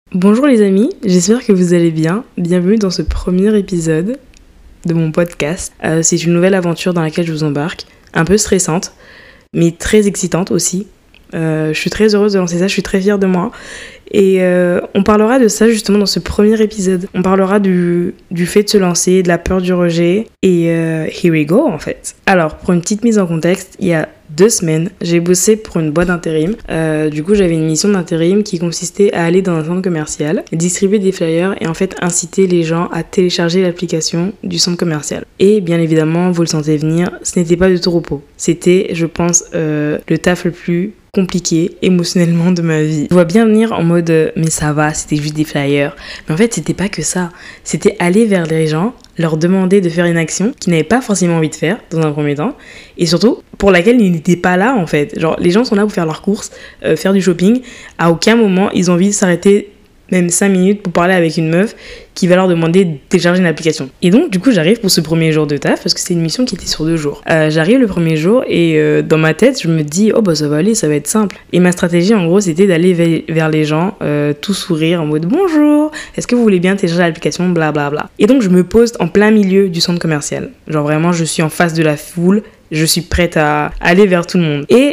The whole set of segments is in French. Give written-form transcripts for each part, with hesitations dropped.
Bonjour les amis, j'espère que vous allez bien. Bienvenue dans ce premier épisode de mon podcast. C'est une nouvelle aventure dans laquelle je vous embarque, un peu stressante, mais très excitante aussi. Je suis très heureuse de lancer ça, je suis très fière de moi. Et on parlera de ça justement dans ce premier épisode. On parlera du fait de se lancer, de la peur du rejet. Et here we go en fait. Alors, pour une petite mise en contexte, il y a 2 semaines, j'ai bossé pour une boîte d'intérim. Du coup, j'avais une mission d'intérim qui consistait à aller dans un centre commercial, distribuer des flyers et en fait inciter les gens à télécharger l'application du centre commercial. Et bien évidemment, vous le sentez venir, ce n'était pas de tout repos. C'était, je pense, le taf le plus compliqué émotionnellement de ma vie. Je vois bien venir en mode mais ça va, c'était juste des flyers. Mais en fait, c'était pas que ça. C'était aller vers les gens, leur demander de faire une action qu'ils n'avaient pas forcément envie de faire dans un premier temps et surtout pour laquelle ils n'étaient pas là en fait. Genre les gens sont là pour faire leurs courses, faire du shopping. À aucun moment ils ont envie de s'arrêter même 5 minutes pour parler avec une meuf qui va leur demander de télécharger une application. Et donc, du coup, j'arrive pour ce premier jour de taf, parce que c'est une mission qui était sur 2 jours. J'arrive le premier jour et dans ma tête, je me dis, oh bah ça va aller, ça va être simple. Et ma stratégie, en gros, c'était d'aller vers les gens, tout sourire, en mode bonjour, est-ce que vous voulez bien télécharger l'application, blablabla. Et donc, je me pose en plein milieu du centre commercial. Genre vraiment, je suis en face de la foule, je suis prête à aller vers tout le monde. Et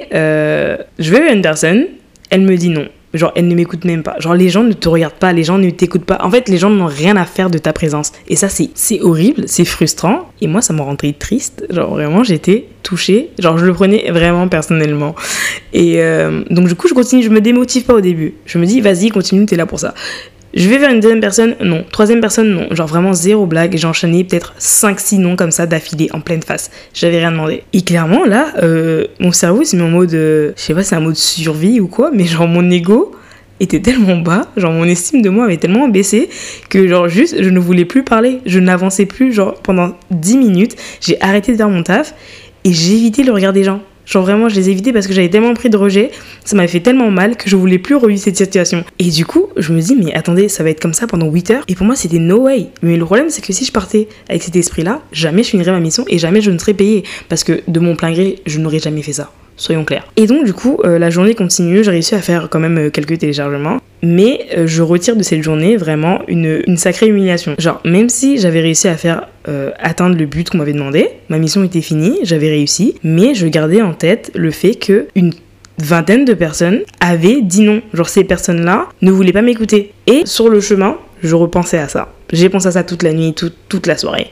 je vais vers une personne, elle me dit non. Genre, elle ne m'écoute même pas. Genre, les gens ne te regardent pas, les gens ne t'écoutent pas. En fait, les gens n'ont rien à faire de ta présence. Et ça, c'est horrible, c'est frustrant. Et moi, ça m'a rendu triste. Genre, vraiment, j'étais touchée. Genre, je le prenais vraiment personnellement. Et donc, du coup, je continue. Je me démotive pas au début. Je me dis, vas-y, continue, t'es là pour ça. Je vais vers une deuxième personne, non. Troisième personne, non. Genre vraiment zéro blague. J'ai enchaîné peut-être 5-6 noms comme ça d'affilée, en pleine face. J'avais rien demandé. Et clairement, là, mon cerveau s'est mis en mode... je sais pas si c'est un mode survie ou quoi, mais genre mon ego était tellement bas, genre mon estime de moi avait tellement baissé que genre juste, je ne voulais plus parler. Je n'avançais plus, genre pendant 10 minutes, j'ai arrêté de faire mon taf et j'évitais le regard des gens. Genre vraiment, je les évitais parce que j'avais tellement pris de rejet, ça m'avait fait tellement mal que je voulais plus revivre cette situation. Et du coup, je me dis, mais attendez, ça va être comme ça pendant 8 heures. Et pour moi, c'était no way. Mais le problème, c'est que si je partais avec cet esprit-là, jamais je finirais ma mission et jamais je ne serais payée. Parce que de mon plein gré, je n'aurais jamais fait ça. Soyons clairs. Et donc, du coup, la journée continue, j'ai réussi à faire quand même quelques téléchargements. Mais je retire de cette journée vraiment une sacrée humiliation. Genre, même si j'avais réussi à faire atteindre le but qu'on m'avait demandé, ma mission était finie, j'avais réussi, mais je gardais en tête le fait qu'une vingtaine de personnes avaient dit non. Genre, ces personnes-là ne voulaient pas m'écouter. Et sur le chemin, je repensais à ça. J'ai pensé à ça toute la nuit, toute la soirée.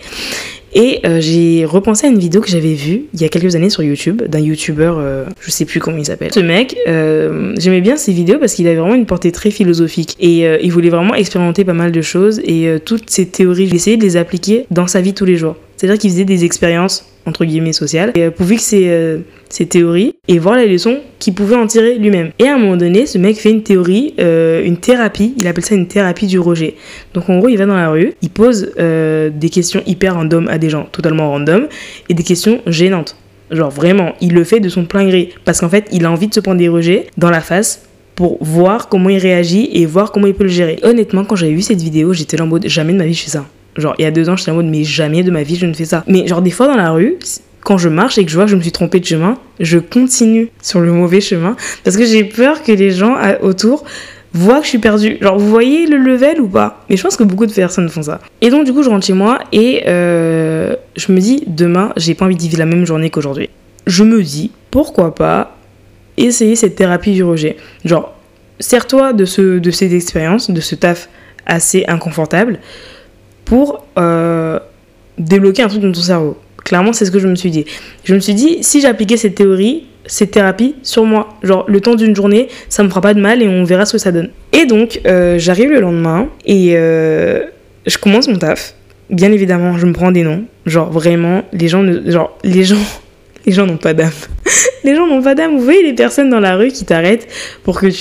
Et j'ai repensé à une vidéo que j'avais vue il y a quelques années sur YouTube, d'un youtubeur, je sais plus comment il s'appelle. Ce mec, j'aimais bien ses vidéos parce qu'il avait vraiment une portée très philosophique. Et il voulait vraiment expérimenter pas mal de choses. Et toutes ces théories, il essayait de les appliquer dans sa vie tous les jours. C'est-à-dire qu'il faisait des expériences, entre guillemets, sociales, et pour fixer ces théories et voir les leçons qu'il pouvait en tirer lui-même. Et à un moment donné, ce mec fait une théorie, une thérapie, il appelle ça une thérapie du rejet. Donc en gros, il va dans la rue, il pose des questions hyper random à des gens, totalement random, et des questions gênantes. Genre vraiment, il le fait de son plein gré, parce qu'en fait, il a envie de se prendre des rejets dans la face pour voir comment il réagit et voir comment il peut le gérer. Honnêtement, quand j'avais vu cette vidéo, j'étais là en mode, jamais de ma vie je fais ça. Genre, il y a 2 ans, j'étais en mode, mais jamais de ma vie, je ne fais ça. Mais genre, des fois, dans la rue, quand je marche et que je vois que je me suis trompée de chemin, je continue sur le mauvais chemin parce que j'ai peur que les gens autour voient que je suis perdue. Genre, vous voyez le level ou pas? Mais je pense que beaucoup de personnes font ça. Et donc, du coup, je rentre chez moi et je me dis, demain, j'ai pas envie de vivre la même journée qu'aujourd'hui. Je me dis, pourquoi pas essayer cette thérapie du rejet. Genre, sers-toi de cette expérience, de ce taf assez inconfortable pour débloquer un truc dans ton cerveau. Clairement, c'est ce que je me suis dit. Je me suis dit, si j'appliquais cette théorie, cette thérapie sur moi, genre le temps d'une journée, ça me fera pas de mal et on verra ce que ça donne. Et donc, j'arrive le lendemain et je commence mon taf. Bien évidemment, je me prends des noms. Genre vraiment, les gens n'ont pas d'âme. Les gens n'ont pas d'âme. Vous voyez les personnes dans la rue qui t'arrêtent pour que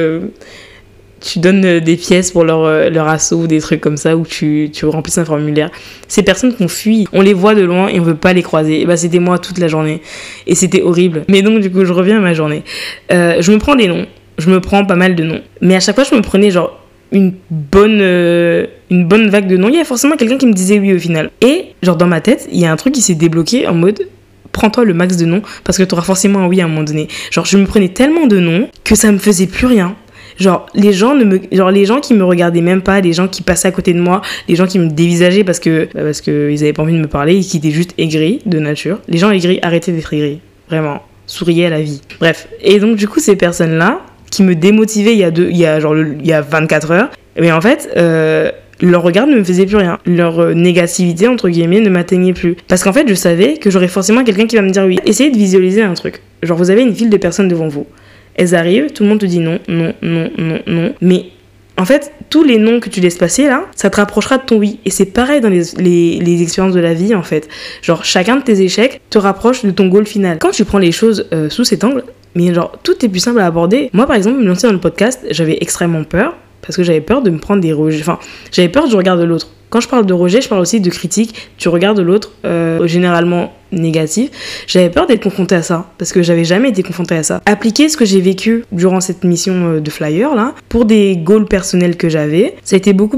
tu donnes des pièces pour leur asso ou des trucs comme ça, où tu remplisses un formulaire. Ces personnes qu'on fuit, on les voit de loin et on veut pas les croiser. Et bah, c'était moi toute la journée. Et c'était horrible. Mais donc, du coup, je reviens à ma journée. Je me prends des noms. Je me prends pas mal de noms. Mais à chaque fois, je me prenais genre une bonne vague de noms. Il y a forcément quelqu'un qui me disait oui au final. Et genre dans ma tête, il y a un truc qui s'est débloqué en mode... Prends-toi le max de noms parce que t'auras forcément un oui à un moment donné. Genre, je me prenais tellement de noms que ça me faisait plus rien. Genre les gens qui me regardaient même pas, les gens qui passaient à côté de moi, les gens qui me dévisageaient parce que ils avaient pas envie de me parler et qui étaient juste aigris de nature. Les gens aigris, arrêtez d'être aigris, vraiment, souriez à la vie. Bref, et donc du coup ces personnes-là qui me démotivaient il y a 24 heures, mais en fait leur regard ne me faisait plus rien. Leur négativité, entre guillemets, ne m'atteignait plus. Parce qu'en fait, je savais que j'aurais forcément quelqu'un qui va me dire oui. Essayez de visualiser un truc. Genre, vous avez une file de personnes devant vous. Elles arrivent, tout le monde te dit non, non, non, non, non. Mais en fait, tous les noms que tu laisses passer là, ça te rapprochera de ton oui. Et c'est pareil dans les expériences de la vie, en fait. Genre, chacun de tes échecs te rapproche de ton goal final. Quand tu prends les choses sous cet angle, mais genre, tout est plus simple à aborder. Moi, par exemple, me lancer dans le podcast, j'avais extrêmement peur. Parce que j'avais peur de me prendre des rejets. Enfin, j'avais peur du regard de l'autre. Quand je parle de rejet, je parle aussi de critique. Tu regardes de l'autre, généralement négatif. J'avais peur d'être confrontée à ça. Parce que j'avais jamais été confrontée à ça. Appliquer ce que j'ai vécu durant cette mission de flyer, là, pour des goals personnels que j'avais, ça a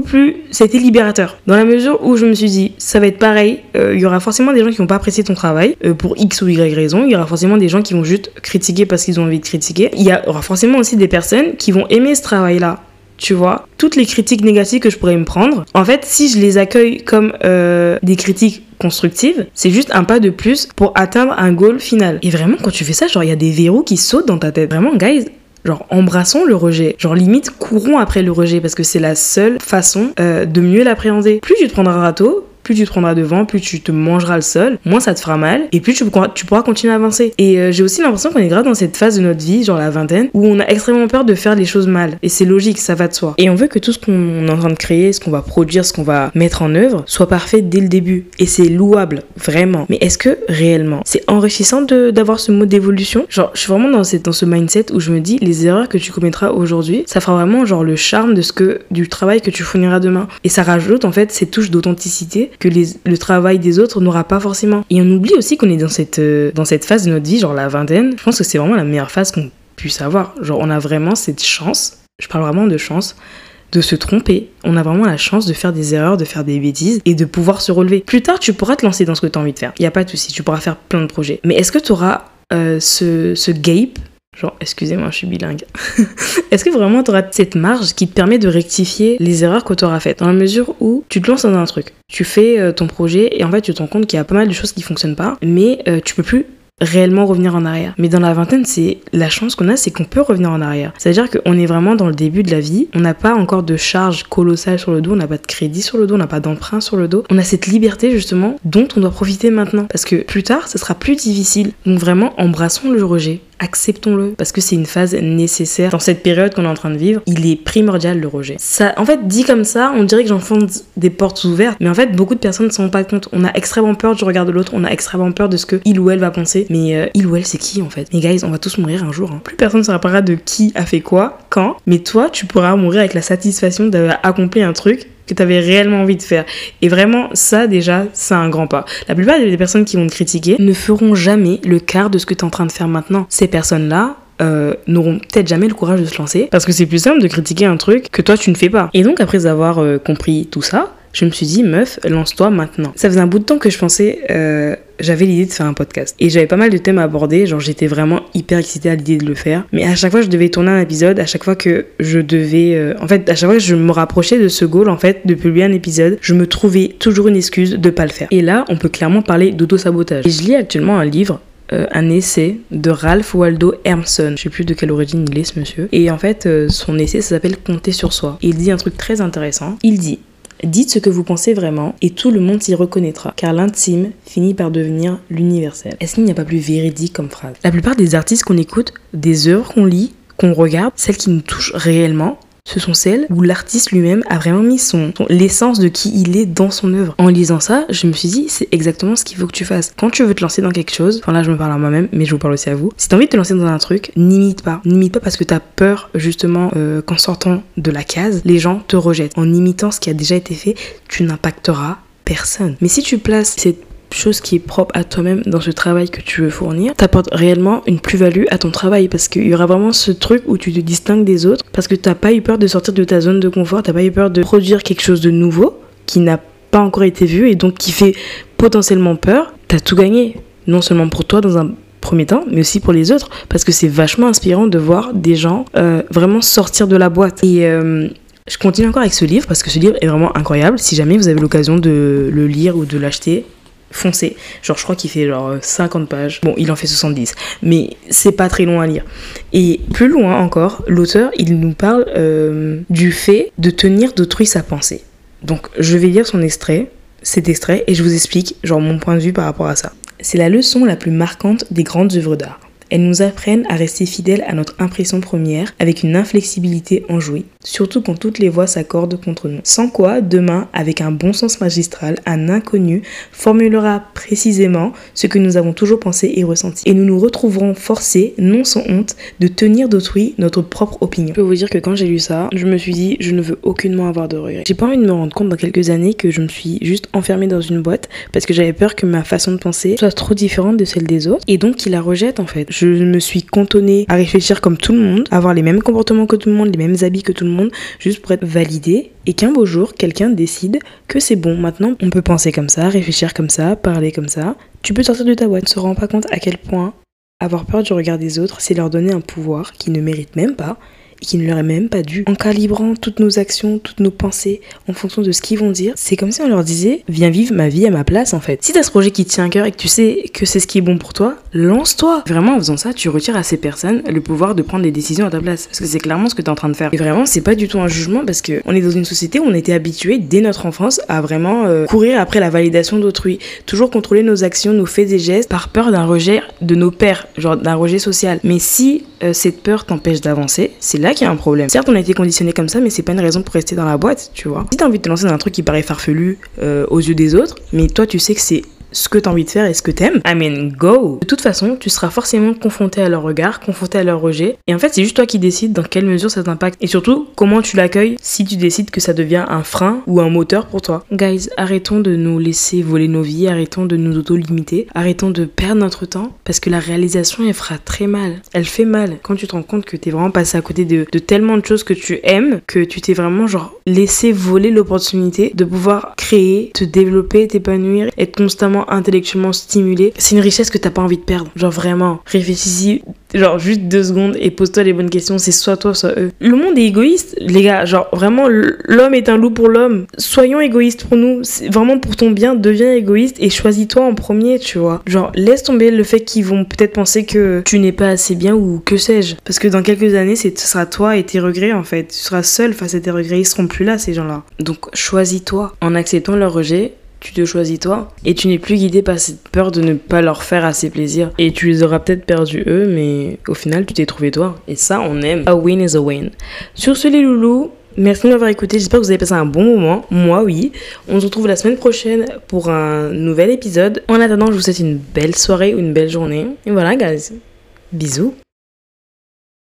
été libérateur. Dans la mesure où je me suis dit, ça va être pareil. Il y aura forcément des gens qui vont pas apprécier ton travail, pour X ou Y raison. Il y aura forcément des gens qui vont juste critiquer parce qu'ils ont envie de critiquer. Il y aura forcément aussi des personnes qui vont aimer ce travail-là. Tu vois, toutes les critiques négatives que je pourrais me prendre, en fait, si je les accueille comme des critiques constructives, c'est juste un pas de plus pour atteindre un goal final. Et vraiment, quand tu fais ça, genre, il y a des verrous qui sautent dans ta tête. Vraiment, guys, genre, embrassons le rejet. Genre, limite, courons après le rejet parce que c'est la seule façon de mieux l'appréhender. Plus tu te prendras un râteau, plus tu te prendras devant, plus tu te mangeras le sol, moins ça te fera mal, et plus tu pourras continuer à avancer. Et j'ai aussi l'impression qu'on est grave dans cette phase de notre vie, genre la vingtaine, où on a extrêmement peur de faire les choses mal. Et c'est logique, ça va de soi. Et on veut que tout ce qu'on est en train de créer, ce qu'on va produire, ce qu'on va mettre en œuvre, soit parfait dès le début. Et c'est louable, vraiment. Mais est-ce que réellement, c'est enrichissant d'avoir ce mot d'évolution? Genre, je suis vraiment dans ce mindset où je me dis, les erreurs que tu commettras aujourd'hui, ça fera vraiment genre le charme du travail que tu fourniras demain. Et ça rajoute en fait cette touche d'authenticité que le travail des autres n'aura pas forcément. Et on oublie aussi qu'on est dans cette phase de notre vie, genre la vingtaine. Je pense que c'est vraiment la meilleure phase qu'on puisse avoir. Genre on a vraiment cette chance, je parle vraiment de chance, de se tromper. On a vraiment la chance de faire des erreurs, de faire des bêtises et de pouvoir se relever. Plus tard, tu pourras te lancer dans ce que tu as envie de faire. Il n'y a pas de souci, tu pourras faire plein de projets. Mais est-ce que tu auras ce gap? Genre, excusez-moi, je suis bilingue. Est-ce que vraiment tu auras cette marge qui te permet de rectifier les erreurs que tu auras faites? Dans la mesure où tu te lances dans un truc, tu fais ton projet et en fait tu te rends compte qu'il y a pas mal de choses qui fonctionnent pas, mais tu peux plus réellement revenir en arrière. Mais dans la vingtaine, c'est la chance qu'on a, c'est qu'on peut revenir en arrière. C'est-à-dire qu'on est vraiment dans le début de la vie, on n'a pas encore de charge colossale sur le dos, on n'a pas de crédit sur le dos, on n'a pas d'emprunt sur le dos. On a cette liberté justement dont on doit profiter maintenant. Parce que plus tard, ça sera plus difficile. Donc vraiment, embrassons le rejet. Acceptons-le, parce que c'est une phase nécessaire. Dans cette période qu'on est en train de vivre, il est primordial le rejet. Ça, en fait, dit comme ça, on dirait que j'enfonce des portes ouvertes, mais en fait, beaucoup de personnes ne s'en rendent pas compte. On a extrêmement peur du regard de l'autre, on a extrêmement peur de ce que il ou elle va penser, mais il ou elle, c'est qui en fait? Mais guys, on va tous mourir un jour. Hein. Plus personne ne se rappellera de qui a fait quoi, quand, mais toi, tu pourras mourir avec la satisfaction d'avoir accompli un truc que tu avais réellement envie de faire. Et vraiment, ça déjà, c'est un grand pas. La plupart des personnes qui vont te critiquer ne feront jamais le quart de ce que tu es en train de faire maintenant. Ces personnes-là n'auront peut-être jamais le courage de se lancer parce que c'est plus simple de critiquer un truc que toi tu ne fais pas. Et donc après avoir compris tout ça, je me suis dit, meuf, lance-toi maintenant. Ça faisait un bout de temps que je pensais, j'avais l'idée de faire un podcast. Et j'avais pas mal de thèmes à aborder, genre j'étais vraiment hyper excitée à l'idée de le faire. Mais à chaque fois que je devais tourner un épisode, à chaque fois que je devais... à chaque fois que je me rapprochais de ce goal, en fait, de publier un épisode, je me trouvais toujours une excuse de pas le faire. Et là, on peut clairement parler d'auto-sabotage. Et je lis actuellement un livre, un essai de Ralph Waldo Emerson. Je sais plus de quelle origine il est ce monsieur. Et en fait, son essai, ça s'appelle Compter sur soi. Et il dit un truc très intéressant. Il dit... Dites ce que vous pensez vraiment et tout le monde s'y reconnaîtra, car l'intime finit par devenir l'universel. Est-ce qu'il n'y a pas plus véridique comme phrase? La plupart des artistes qu'on écoute, des œuvres qu'on lit, qu'on regarde, celles qui nous touchent réellement, ce sont celles où l'artiste lui-même a vraiment mis l'essence de qui il est dans son œuvre. En lisant ça, je me suis dit, c'est exactement ce qu'il faut que tu fasses. Quand tu veux te lancer dans quelque chose, enfin là je me parle à moi-même, mais je vous parle aussi à vous, si t'as envie de te lancer dans un truc, n'imite pas. N'imite pas parce que t'as peur justement qu'en sortant de la case, les gens te rejettent. En imitant ce qui a déjà été fait, tu n'impacteras personne. Mais si tu places cette chose qui est propre à toi-même dans ce travail que tu veux fournir, t'apportes réellement une plus-value à ton travail parce qu'il y aura vraiment ce truc où tu te distingues des autres parce que t'as pas eu peur de sortir de ta zone de confort, t'as pas eu peur de produire quelque chose de nouveau qui n'a pas encore été vu et donc qui fait potentiellement peur. T'as tout gagné, non seulement pour toi dans un premier temps, mais aussi pour les autres, parce que c'est vachement inspirant de voir des gens vraiment sortir de la boîte. Et je continue encore avec ce livre, parce que ce livre est vraiment incroyable. Si jamais vous avez l'occasion de le lire ou de l'acheter, foncez. Genre, je crois qu'il fait genre 50 pages. Bon, il en fait 70, mais c'est pas très long à lire. Et plus loin encore, l'auteur, il nous parle du fait de tenir d'autrui sa pensée. Donc, je vais lire cet extrait, et je vous explique genre mon point de vue par rapport à ça. C'est la leçon la plus marquante des grandes œuvres d'art. Elles nous apprennent à rester fidèles à notre impression première avec une inflexibilité enjouée, surtout quand toutes les voix s'accordent contre nous. Sans quoi, demain, avec un bon sens magistral, un inconnu formulera précisément ce que nous avons toujours pensé et ressenti. Et nous nous retrouverons forcés, non sans honte, de tenir d'autrui notre propre opinion. Je peux vous dire que quand j'ai lu ça, je me suis dit, je ne veux aucunement avoir de regrets. J'ai pas envie de me rendre compte dans quelques années que je me suis juste enfermée dans une boîte parce que j'avais peur que ma façon de penser soit trop différente de celle des autres et donc qu'ils la rejettent en fait. Je me suis cantonnée à réfléchir comme tout le monde, à avoir les mêmes comportements que tout le monde, les mêmes habits que tout le monde, juste pour être validée, et qu'un beau jour, quelqu'un décide que c'est bon, maintenant on peut penser comme ça, réfléchir comme ça, parler comme ça. Tu peux sortir de ta boîte. On ne se rend pas compte à quel point avoir peur du regard des autres, c'est leur donner un pouvoir qu'ils ne méritent même pas, et qui ne leur est même pas dû. En calibrant toutes nos actions, toutes nos pensées en fonction de ce qu'ils vont dire, c'est comme si on leur disait « Viens vivre ma vie à ma place en fait ». Si t'as ce projet qui te tient à cœur et que tu sais que c'est ce qui est bon pour toi, lance-toi. Vraiment en faisant ça, tu retires à ces personnes le pouvoir de prendre des décisions à ta place. Parce que c'est clairement ce que t'es en train de faire. Et vraiment, c'est pas du tout un jugement parce que on est dans une société où on a été habitué dès notre enfance à vraiment courir après la validation d'autrui. Toujours contrôler nos actions, nos faits et gestes par peur d'un rejet de nos pairs, genre d'un rejet social. Mais si cette peur t'empêche d'avancer, c'est là qu'il y a un problème. Certes, on a été conditionné comme ça, mais c'est pas une raison pour rester dans la boîte, tu vois. Si t'as envie de te lancer dans un truc qui paraît farfelu aux yeux des autres, mais toi tu sais que c'est ce que t'as envie de faire et ce que t'aimes, I mean, go! De toute façon, tu seras forcément confronté à leur regard, confronté à leur rejet. Et en fait, c'est juste toi qui décides dans quelle mesure ça t'impacte. Et surtout, comment tu l'accueilles si tu décides que ça devient un frein ou un moteur pour toi. Guys, arrêtons de nous laisser voler nos vies, arrêtons de nous auto-limiter, arrêtons de perdre notre temps, parce que la réalisation, elle fera très mal. Elle fait mal. Quand tu te rends compte que t'es vraiment passé à côté de tellement de choses que tu aimes, que tu t'es vraiment genre laissé voler l'opportunité de pouvoir créer, te développer, t'épanouir, être constamment intellectuellement stimulé, c'est une richesse que t'as pas envie de perdre. Genre vraiment, réfléchis genre juste 2 secondes et pose-toi les bonnes questions, c'est soit toi, soit eux. Le monde est égoïste, les gars, genre vraiment, l'homme est un loup pour l'homme. Soyons égoïstes pour nous, c'est vraiment pour ton bien, deviens égoïste et choisis-toi en premier, tu vois. Genre, laisse tomber le fait qu'ils vont peut-être penser que tu n'es pas assez bien ou que sais-je. Parce que dans quelques années, ce sera toi et tes regrets en fait. Tu seras seul face à tes regrets, ils seront plus là ces gens-là. Donc choisis-toi. En acceptant leur rejet, tu te choisis toi et tu n'es plus guidé par cette peur de ne pas leur faire assez plaisir et tu les auras peut-être perdus eux, mais au final tu t'es trouvé toi et ça on aime. A win is a win. Sur ce les loulous, merci de m'avoir écouté, j'espère que vous avez passé un bon moment, moi oui. On se retrouve la semaine prochaine pour un nouvel épisode. En attendant, je vous souhaite une belle soirée ou une belle journée et voilà guys, bisous.